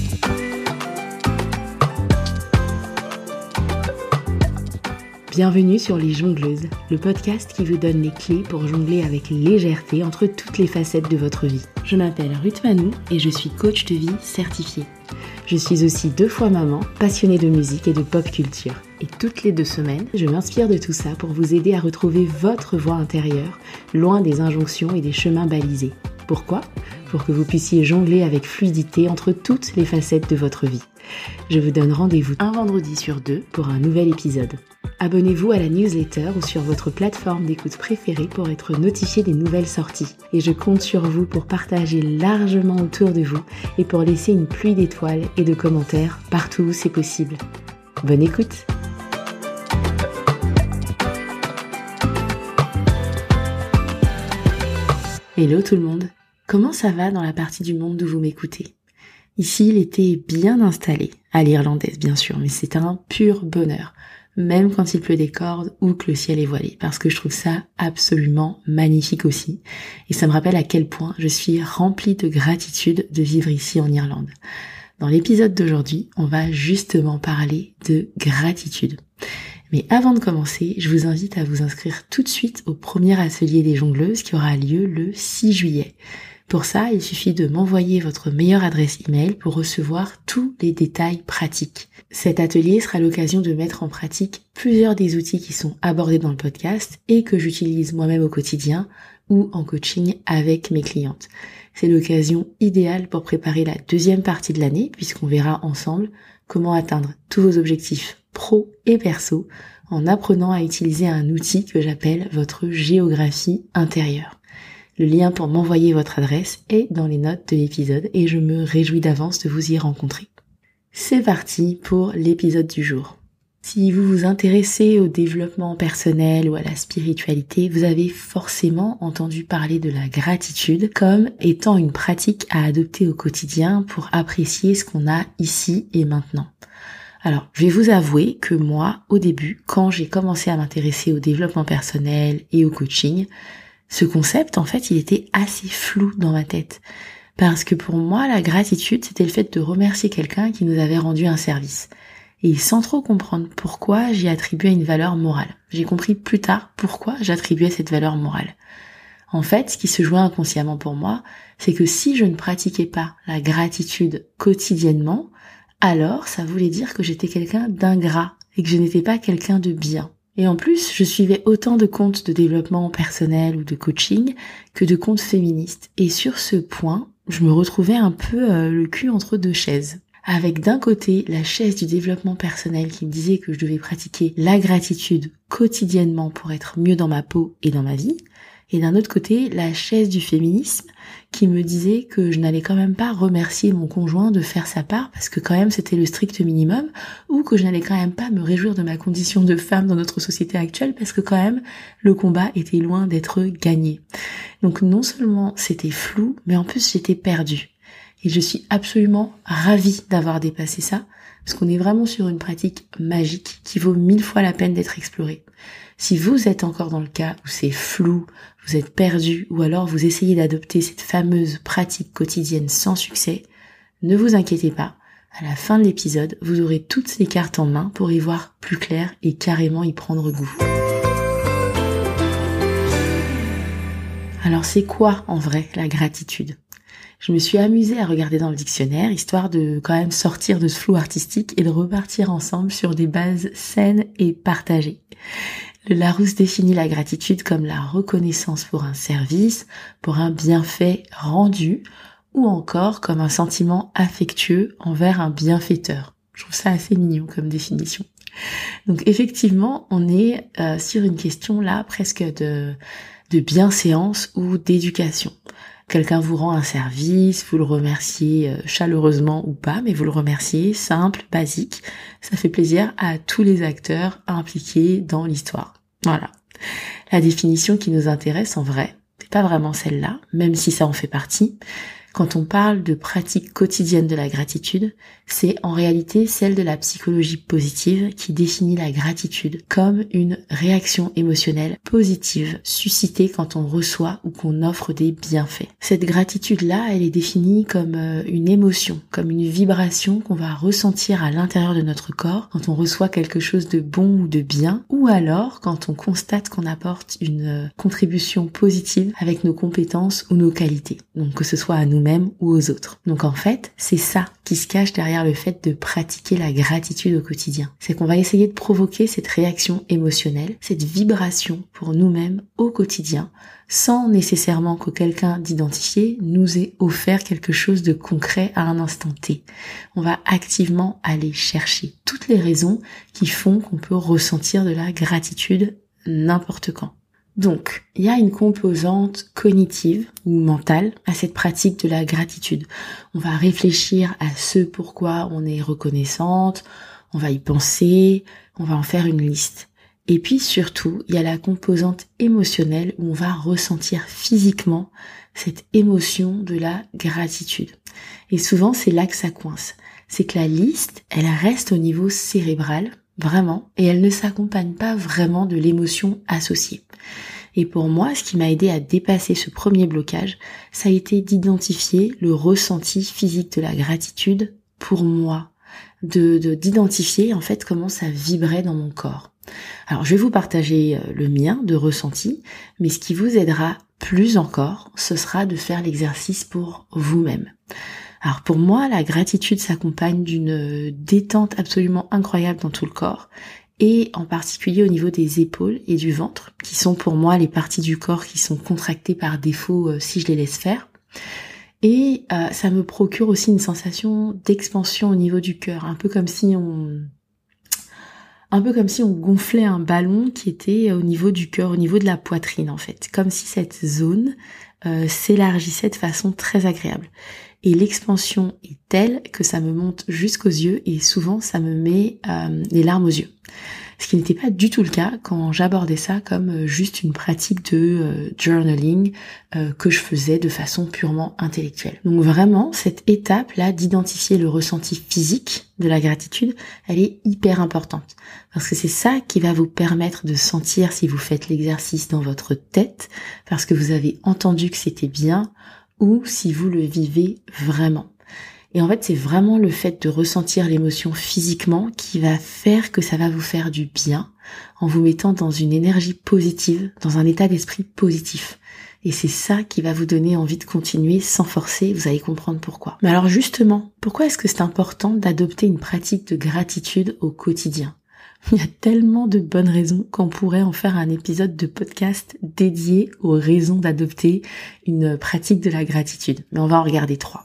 Bienvenue sur Les Jongleuses, le podcast qui vous donne les clés pour jongler avec légèreté entre toutes les facettes de votre vie. Je m'appelle Ruth Manou et je suis coach de vie certifiée. Je suis aussi 2 fois maman, passionnée de musique et de pop culture. Et toutes les 2 semaines, je m'inspire de tout ça pour vous aider à retrouver votre voix intérieure, loin des injonctions et des chemins balisés. Pourquoi ? Pour que vous puissiez jongler avec fluidité entre toutes les facettes de votre vie. Je vous donne rendez-vous un vendredi sur 2 pour un nouvel épisode. Abonnez-vous à la newsletter ou sur votre plateforme d'écoute préférée pour être notifié des nouvelles sorties. Et je compte sur vous pour partager largement autour de vous et pour laisser une pluie d'étoiles et de commentaires partout où c'est possible. Bonne écoute! Hello tout le monde! Comment ça va dans la partie du monde d'où vous m'écoutez ? Ici, l'été est bien installé, à l'irlandaise bien sûr, mais c'est un pur bonheur, même quand il pleut des cordes ou que le ciel est voilé, parce que je trouve ça absolument magnifique aussi. Et ça me rappelle à quel point je suis remplie de gratitude de vivre ici en Irlande. Dans l'épisode d'aujourd'hui, on va justement parler de gratitude. Mais avant de commencer, je vous invite à vous inscrire tout de suite au premier atelier des jongleuses qui aura lieu le 6 juillet. Pour ça, il suffit de m'envoyer votre meilleure adresse email pour recevoir tous les détails pratiques. Cet atelier sera l'occasion de mettre en pratique plusieurs des outils qui sont abordés dans le podcast et que j'utilise moi-même au quotidien ou en coaching avec mes clientes. C'est l'occasion idéale pour préparer la 2e partie de l'année puisqu'on verra ensemble comment atteindre tous vos objectifs pro et perso en apprenant à utiliser un outil que j'appelle votre géographie intérieure. Le lien pour m'envoyer votre adresse est dans les notes de l'épisode et je me réjouis d'avance de vous y rencontrer. C'est parti pour l'épisode du jour. Si vous vous intéressez au développement personnel ou à la spiritualité, vous avez forcément entendu parler de la gratitude comme étant une pratique à adopter au quotidien pour apprécier ce qu'on a ici et maintenant. Alors, je vais vous avouer que moi, au début, quand j'ai commencé à m'intéresser au développement personnel et au coaching, ce concept, en fait, il était assez flou dans ma tête. Parce que pour moi, la gratitude, c'était le fait de remercier quelqu'un qui nous avait rendu un service. Et sans trop comprendre pourquoi j'y attribuais une valeur morale. J'ai compris plus tard pourquoi j'attribuais cette valeur morale. En fait, ce qui se jouait inconsciemment pour moi, c'est que si je ne pratiquais pas la gratitude quotidiennement, alors ça voulait dire que j'étais quelqu'un d'ingrat et que je n'étais pas quelqu'un de bien. Et en plus, je suivais autant de comptes de développement personnel ou de coaching que de comptes féministes. Et sur ce point, je me retrouvais un peu le cul entre 2 chaises. Avec d'un côté la chaise du développement personnel qui me disait que je devais pratiquer la gratitude quotidiennement pour être mieux dans ma peau et dans ma vie. Et d'un autre côté, la chaise du féminisme qui me disait que je n'allais quand même pas remercier mon conjoint de faire sa part parce que quand même c'était le strict minimum, ou que je n'allais quand même pas me réjouir de ma condition de femme dans notre société actuelle parce que quand même le combat était loin d'être gagné. Donc non seulement c'était flou, mais en plus j'étais perdue. Et je suis absolument ravie d'avoir dépassé ça, parce qu'on est vraiment sur une pratique magique qui vaut 1000 fois la peine d'être explorée. Si vous êtes encore dans le cas où c'est flou, vous êtes perdu, ou alors vous essayez d'adopter cette fameuse pratique quotidienne sans succès, ne vous inquiétez pas, à la fin de l'épisode, vous aurez toutes les cartes en main pour y voir plus clair et carrément y prendre goût. Alors c'est quoi en vrai la gratitude ? Je me suis amusée à regarder dans le dictionnaire, histoire de quand même sortir de ce flou artistique et de repartir ensemble sur des bases saines et partagées. Le Larousse définit la gratitude comme la reconnaissance pour un service, pour un bienfait rendu, ou encore comme un sentiment affectueux envers un bienfaiteur. Je trouve ça assez mignon comme définition. Donc effectivement, on est sur une question là presque de bienséance ou d'éducation. Quelqu'un vous rend un service, vous le remerciez chaleureusement ou pas, mais vous le remerciez, simple, basique. Ça fait plaisir à tous les acteurs impliqués dans l'histoire. Voilà. La définition qui nous intéresse en vrai, c'est pas vraiment celle-là, même si ça en fait partie. Quand on parle de pratique quotidienne de la gratitude, c'est en réalité celle de la psychologie positive qui définit la gratitude comme une réaction émotionnelle positive suscitée quand on reçoit ou qu'on offre des bienfaits. Cette gratitude-là, elle est définie comme une émotion, comme une vibration qu'on va ressentir à l'intérieur de notre corps quand on reçoit quelque chose de bon ou de bien, ou alors quand on constate qu'on apporte une contribution positive avec nos compétences ou nos qualités. Donc que ce soit à nous-mêmes ou aux autres. Donc en fait, c'est ça qui se cache derrière le fait de pratiquer la gratitude au quotidien. C'est qu'on va essayer de provoquer cette réaction émotionnelle, cette vibration pour nous-mêmes au quotidien, sans nécessairement que quelqu'un d'identifié nous ait offert quelque chose de concret à un instant T. On va activement aller chercher toutes les raisons qui font qu'on peut ressentir de la gratitude n'importe quand. Donc, il y a une composante cognitive ou mentale à cette pratique de la gratitude. On va réfléchir à ce pourquoi on est reconnaissante, on va y penser, on va en faire une liste. Et puis surtout, il y a la composante émotionnelle où on va ressentir physiquement cette émotion de la gratitude. Et souvent, c'est là que ça coince. C'est que la liste, elle reste au niveau cérébral, vraiment, et elle ne s'accompagne pas vraiment de l'émotion associée. Et pour moi, ce qui m'a aidé à dépasser ce premier blocage, ça a été d'identifier le ressenti physique de la gratitude pour moi, d'identifier en fait comment ça vibrait dans mon corps. Alors je vais vous partager le mien de ressenti, mais ce qui vous aidera plus encore, ce sera de faire l'exercice pour vous-même. Alors pour moi, la gratitude s'accompagne d'une détente absolument incroyable dans tout le corps, et en particulier au niveau des épaules et du ventre, qui sont pour moi les parties du corps qui sont contractées par défaut si je les laisse faire. Et ça me procure aussi une sensation d'expansion au niveau du cœur, un peu comme si on gonflait un ballon qui était au niveau du cœur, au niveau de la poitrine en fait, comme si cette zone s'élargissait de façon très agréable. Et l'expansion est telle que ça me monte jusqu'aux yeux et souvent ça me met les larmes aux yeux. Ce qui n'était pas du tout le cas quand j'abordais ça comme juste une pratique de journaling que je faisais de façon purement intellectuelle. Donc vraiment, cette étape-là d'identifier le ressenti physique de la gratitude, elle est hyper importante. Parce que c'est ça qui va vous permettre de sentir si vous faites l'exercice dans votre tête, parce que vous avez entendu que c'était bien, ou si vous le vivez vraiment. Et en fait, c'est vraiment le fait de ressentir l'émotion physiquement qui va faire que ça va vous faire du bien en vous mettant dans une énergie positive, dans un état d'esprit positif. Et c'est ça qui va vous donner envie de continuer sans forcer, vous allez comprendre pourquoi. Mais alors justement, pourquoi est-ce que c'est important d'adopter une pratique de gratitude au quotidien ? Il y a tellement de bonnes raisons qu'on pourrait en faire un épisode de podcast dédié aux raisons d'adopter une pratique de la gratitude. Mais on va en regarder 3.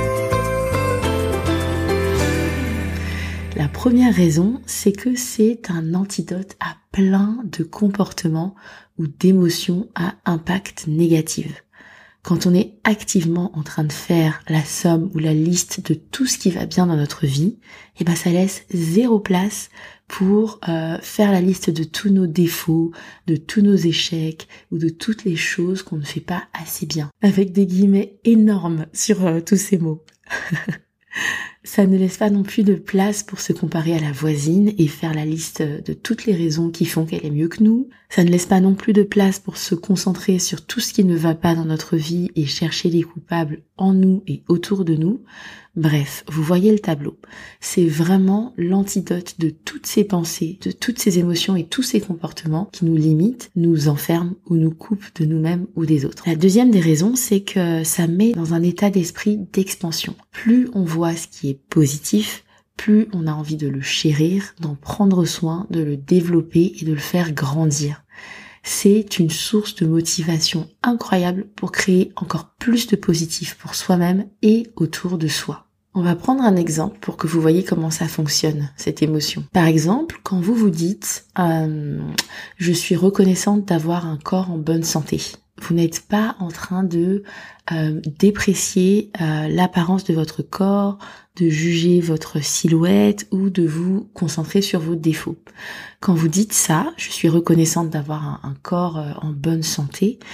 La première raison, c'est que c'est un antidote à plein de comportements ou d'émotions à impact négatif. Quand on est activement en train de faire la somme ou la liste de tout ce qui va bien dans notre vie, et ben ça laisse zéro place pour faire la liste de tous nos défauts, de tous nos échecs ou de toutes les choses qu'on ne fait pas assez bien. Avec des guillemets énormes sur tous ces mots. Ça ne laisse pas non plus de place pour se comparer à la voisine et faire la liste de toutes les raisons qui font qu'elle est mieux que nous. Ça ne laisse pas non plus de place pour se concentrer sur tout ce qui ne va pas dans notre vie et chercher les coupables en nous et autour de nous. Bref, vous voyez le tableau. C'est vraiment l'antidote de toutes ces pensées, de toutes ces émotions et tous ces comportements qui nous limitent, nous enferment ou nous coupent de nous-mêmes ou des autres. La deuxième des raisons, c'est que ça met dans un état d'esprit d'expansion. Plus on voit ce qui est positif, plus on a envie de le chérir, d'en prendre soin, de le développer et de le faire grandir. C'est une source de motivation incroyable pour créer encore plus de positif pour soi-même et autour de soi. On va prendre un exemple pour que vous voyez comment ça fonctionne, cette émotion. Par exemple, quand vous vous dites « je suis reconnaissante d'avoir un corps en bonne santé », vous n'êtes pas en train de déprécier l'apparence de votre corps, de juger votre silhouette ou de vous concentrer sur vos défauts. Quand vous dites ça, je suis reconnaissante d'avoir un corps en bonne santé,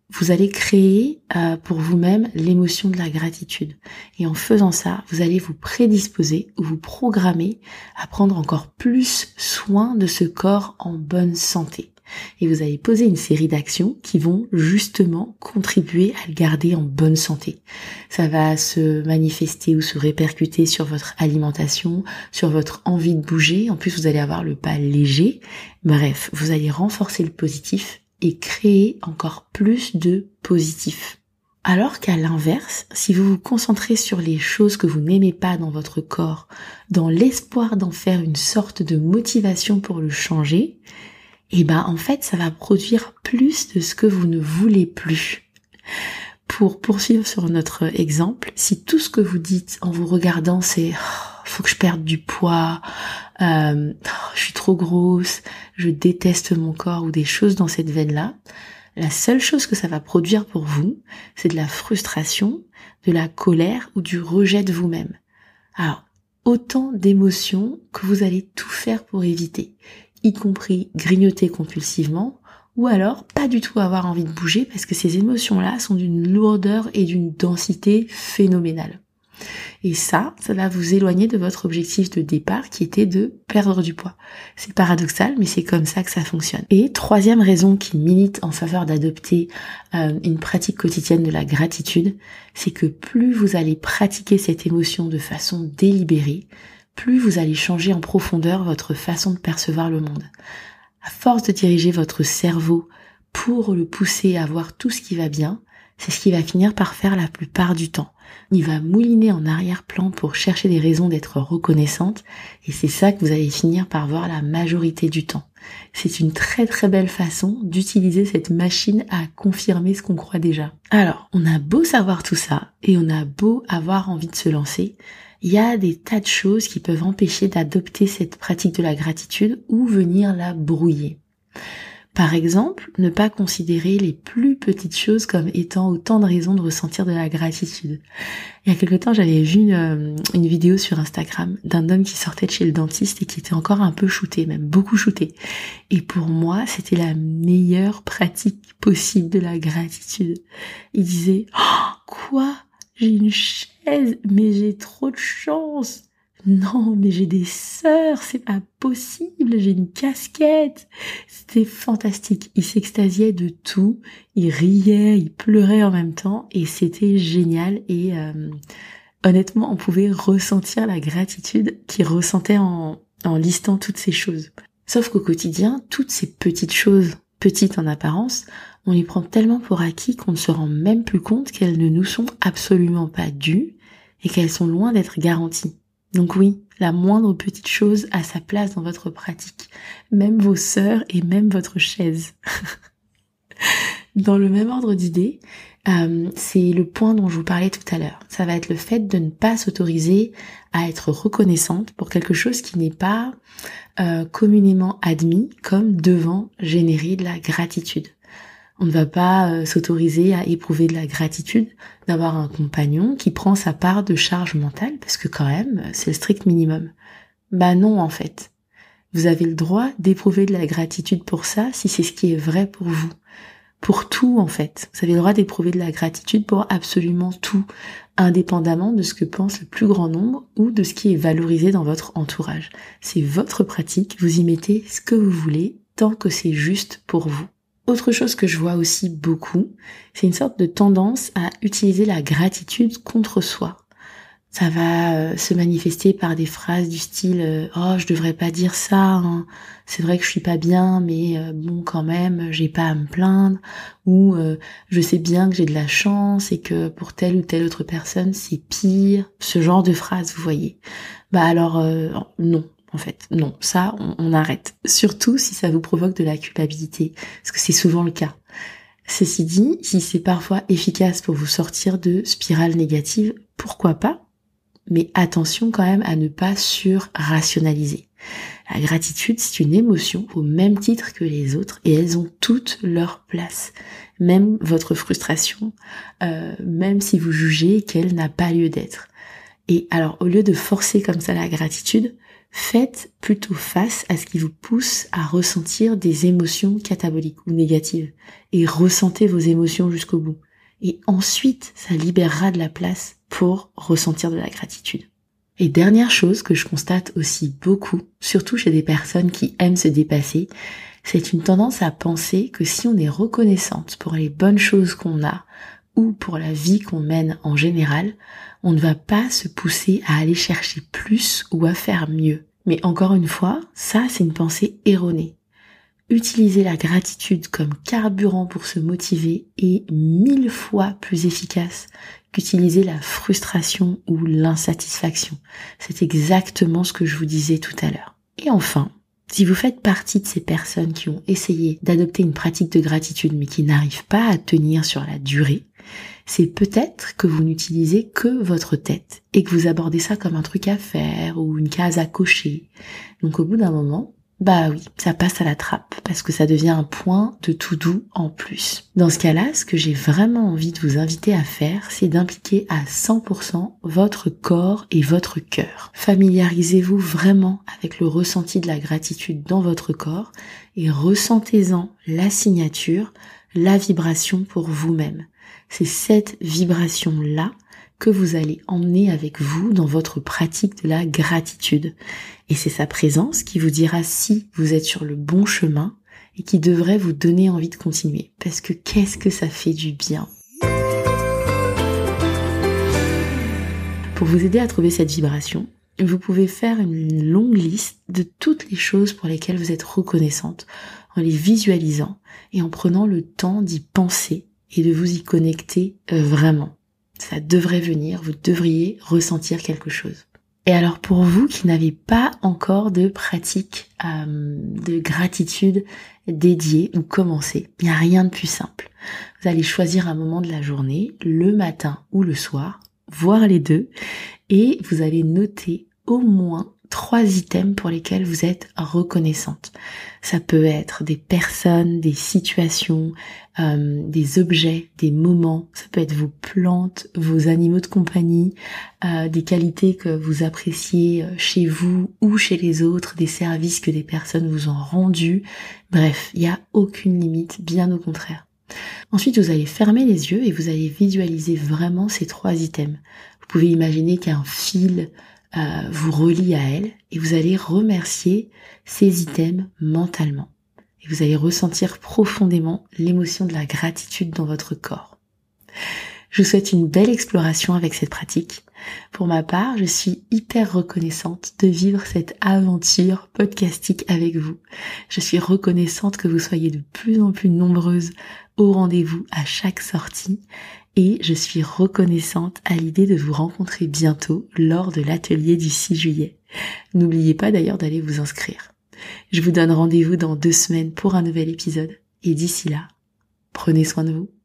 vous allez créer pour vous-même l'émotion de la gratitude. Et en faisant ça, vous allez vous prédisposer ou vous programmer à prendre encore plus soin de ce corps en bonne santé. Et vous allez poser une série d'actions qui vont justement contribuer à le garder en bonne santé. Ça va se manifester ou se répercuter sur votre alimentation, sur votre envie de bouger. En plus, vous allez avoir le pas léger. Bref, vous allez renforcer le positif et créer encore plus de positif. Alors qu'à l'inverse, si vous vous concentrez sur les choses que vous n'aimez pas dans votre corps, dans l'espoir d'en faire une sorte de motivation pour le changer, en fait, ça va produire plus de ce que vous ne voulez plus. Pour poursuivre sur notre exemple, si tout ce que vous dites en vous regardant, c'est faut que je perde du poids, je suis trop grosse, je déteste mon corps ou des choses dans cette veine-là, la seule chose que ça va produire pour vous, c'est de la frustration, de la colère ou du rejet de vous-même. Alors, autant d'émotions que vous allez tout faire pour éviter, y compris grignoter compulsivement, ou alors pas du tout avoir envie de bouger parce que ces émotions-là sont d'une lourdeur et d'une densité phénoménale. Et ça va vous éloigner de votre objectif de départ qui était de perdre du poids. C'est paradoxal, mais c'est comme ça que ça fonctionne. Et troisième raison qui milite en faveur d'adopter une pratique quotidienne de la gratitude, c'est que plus vous allez pratiquer cette émotion de façon délibérée, plus vous allez changer en profondeur votre façon de percevoir le monde. À force de diriger votre cerveau pour le pousser à voir tout ce qui va bien, c'est ce qu'il va finir par faire la plupart du temps. Il va mouliner en arrière-plan pour chercher des raisons d'être reconnaissante et c'est ça que vous allez finir par voir la majorité du temps. C'est une très très belle façon d'utiliser cette machine à confirmer ce qu'on croit déjà. Alors, on a beau savoir tout ça et on a beau avoir envie de se lancer, il y a des tas de choses qui peuvent empêcher d'adopter cette pratique de la gratitude ou venir la brouiller. Par exemple, ne pas considérer les plus petites choses comme étant autant de raisons de ressentir de la gratitude. Il y a quelque temps, j'avais vu une vidéo sur Instagram d'un homme qui sortait de chez le dentiste et qui était encore un peu shooté, même beaucoup shooté. Et pour moi, c'était la meilleure pratique possible de la gratitude. Il disait « Oh, quoi ? J'ai une chaise, mais j'ai trop de chance !» Non, mais j'ai des sœurs, c'est pas possible, j'ai une casquette. C'était fantastique. Il s'extasiait de tout, il riait, il pleurait en même temps et c'était génial. Et honnêtement, on pouvait ressentir la gratitude qu'il ressentait en listant toutes ces choses. Sauf qu'au quotidien, toutes ces petites choses, petites en apparence, on les prend tellement pour acquis qu'on ne se rend même plus compte qu'elles ne nous sont absolument pas dues et qu'elles sont loin d'être garanties. Donc oui, la moindre petite chose a sa place dans votre pratique, même vos sœurs et même votre chaise. Dans le même ordre d'idée, c'est le point dont je vous parlais tout à l'heure. Ça va être le fait de ne pas s'autoriser à être reconnaissante pour quelque chose qui n'est pas communément admis comme devant générer de la gratitude. On ne va pas s'autoriser à éprouver de la gratitude d'avoir un compagnon qui prend sa part de charge mentale, parce que quand même, c'est le strict minimum. Bah non, en fait. Vous avez le droit d'éprouver de la gratitude pour ça, si c'est ce qui est vrai pour vous. Pour tout, en fait. Vous avez le droit d'éprouver de la gratitude pour absolument tout, indépendamment de ce que pense le plus grand nombre ou de ce qui est valorisé dans votre entourage. C'est votre pratique, vous y mettez ce que vous voulez, tant que c'est juste pour vous. Autre chose que je vois aussi beaucoup, c'est une sorte de tendance à utiliser la gratitude contre soi. Ça va se manifester par des phrases du style « Oh, je devrais pas dire ça, hein. C'est vrai que je suis pas bien, mais bon, quand même, j'ai pas à me plaindre. » Ou « Je sais bien que j'ai de la chance et que pour telle ou telle autre personne, c'est pire. » Ce genre de phrases, vous voyez. Bah alors, non. En fait, non, ça, on arrête. Surtout si ça vous provoque de la culpabilité, parce que c'est souvent le cas. Ceci dit, si c'est parfois efficace pour vous sortir de spirales négatives, pourquoi pas ? Mais attention quand même à ne pas sur-rationaliser. La gratitude, c'est une émotion au même titre que les autres et elles ont toutes leur place. Même votre frustration, même si vous jugez qu'elle n'a pas lieu d'être. Et alors, au lieu de forcer comme ça la gratitude, faites plutôt face à ce qui vous pousse à ressentir des émotions cataboliques ou négatives. Et ressentez vos émotions jusqu'au bout. Et ensuite, ça libérera de la place pour ressentir de la gratitude. Et dernière chose que je constate aussi beaucoup, surtout chez des personnes qui aiment se dépasser, c'est une tendance à penser que si on est reconnaissante pour les bonnes choses qu'on a ou pour la vie qu'on mène en général, on ne va pas se pousser à aller chercher plus ou à faire mieux. Mais encore une fois, ça c'est une pensée erronée. Utiliser la gratitude comme carburant pour se motiver est 1000 fois plus efficace qu'utiliser la frustration ou l'insatisfaction. C'est exactement ce que je vous disais tout à l'heure. Et enfin, si vous faites partie de ces personnes qui ont essayé d'adopter une pratique de gratitude mais qui n'arrivent pas à tenir sur la durée, c'est peut-être que vous n'utilisez que votre tête et que vous abordez ça comme un truc à faire ou une case à cocher. Donc au bout d'un moment, bah oui, ça passe à la trappe parce que ça devient un point de tout doux en plus. Dans ce cas-là, ce que j'ai vraiment envie de vous inviter à faire, c'est d'impliquer à 100% votre corps et votre cœur. Familiarisez-vous vraiment avec le ressenti de la gratitude dans votre corps et ressentez-en la signature, la vibration pour vous-même. C'est cette vibration-là que vous allez emmener avec vous dans votre pratique de la gratitude. Et c'est sa présence qui vous dira si vous êtes sur le bon chemin et qui devrait vous donner envie de continuer. Parce que qu'est-ce que ça fait du bien. Pour vous aider à trouver cette vibration, vous pouvez faire une longue liste de toutes les choses pour lesquelles vous êtes reconnaissante, en les visualisant et en prenant le temps d'y penser et de vous y connecter vraiment. Ça devrait venir, vous devriez ressentir quelque chose. Et alors pour vous qui n'avez pas encore de pratique de gratitude dédiée ou commencée, il n'y a rien de plus simple. Vous allez choisir un moment de la journée, le matin ou le soir, voire les deux, et vous allez noter au moins 3 items pour lesquels vous êtes reconnaissante. Ça peut être des personnes, des situations, des objets, des moments. Ça peut être vos plantes, vos animaux de compagnie, des qualités que vous appréciez chez vous ou chez les autres, des services que des personnes vous ont rendus. Bref, il n'y a aucune limite, bien au contraire. Ensuite, vous allez fermer les yeux et vous allez visualiser vraiment ces 3 items. Vous pouvez imaginer qu'un fil vous relie à elle et vous allez remercier ces items mentalement. Et vous allez ressentir profondément l'émotion de la gratitude dans votre corps. Je vous souhaite une belle exploration avec cette pratique. Pour ma part, je suis hyper reconnaissante de vivre cette aventure podcastique avec vous. Je suis reconnaissante que vous soyez de plus en plus nombreuses au rendez-vous à chaque sortie. Et je suis reconnaissante à l'idée de vous rencontrer bientôt lors de l'atelier du 6 juillet. N'oubliez pas d'ailleurs d'aller vous inscrire. Je vous donne rendez-vous dans 2 semaines pour un nouvel épisode. Et d'ici là, prenez soin de vous.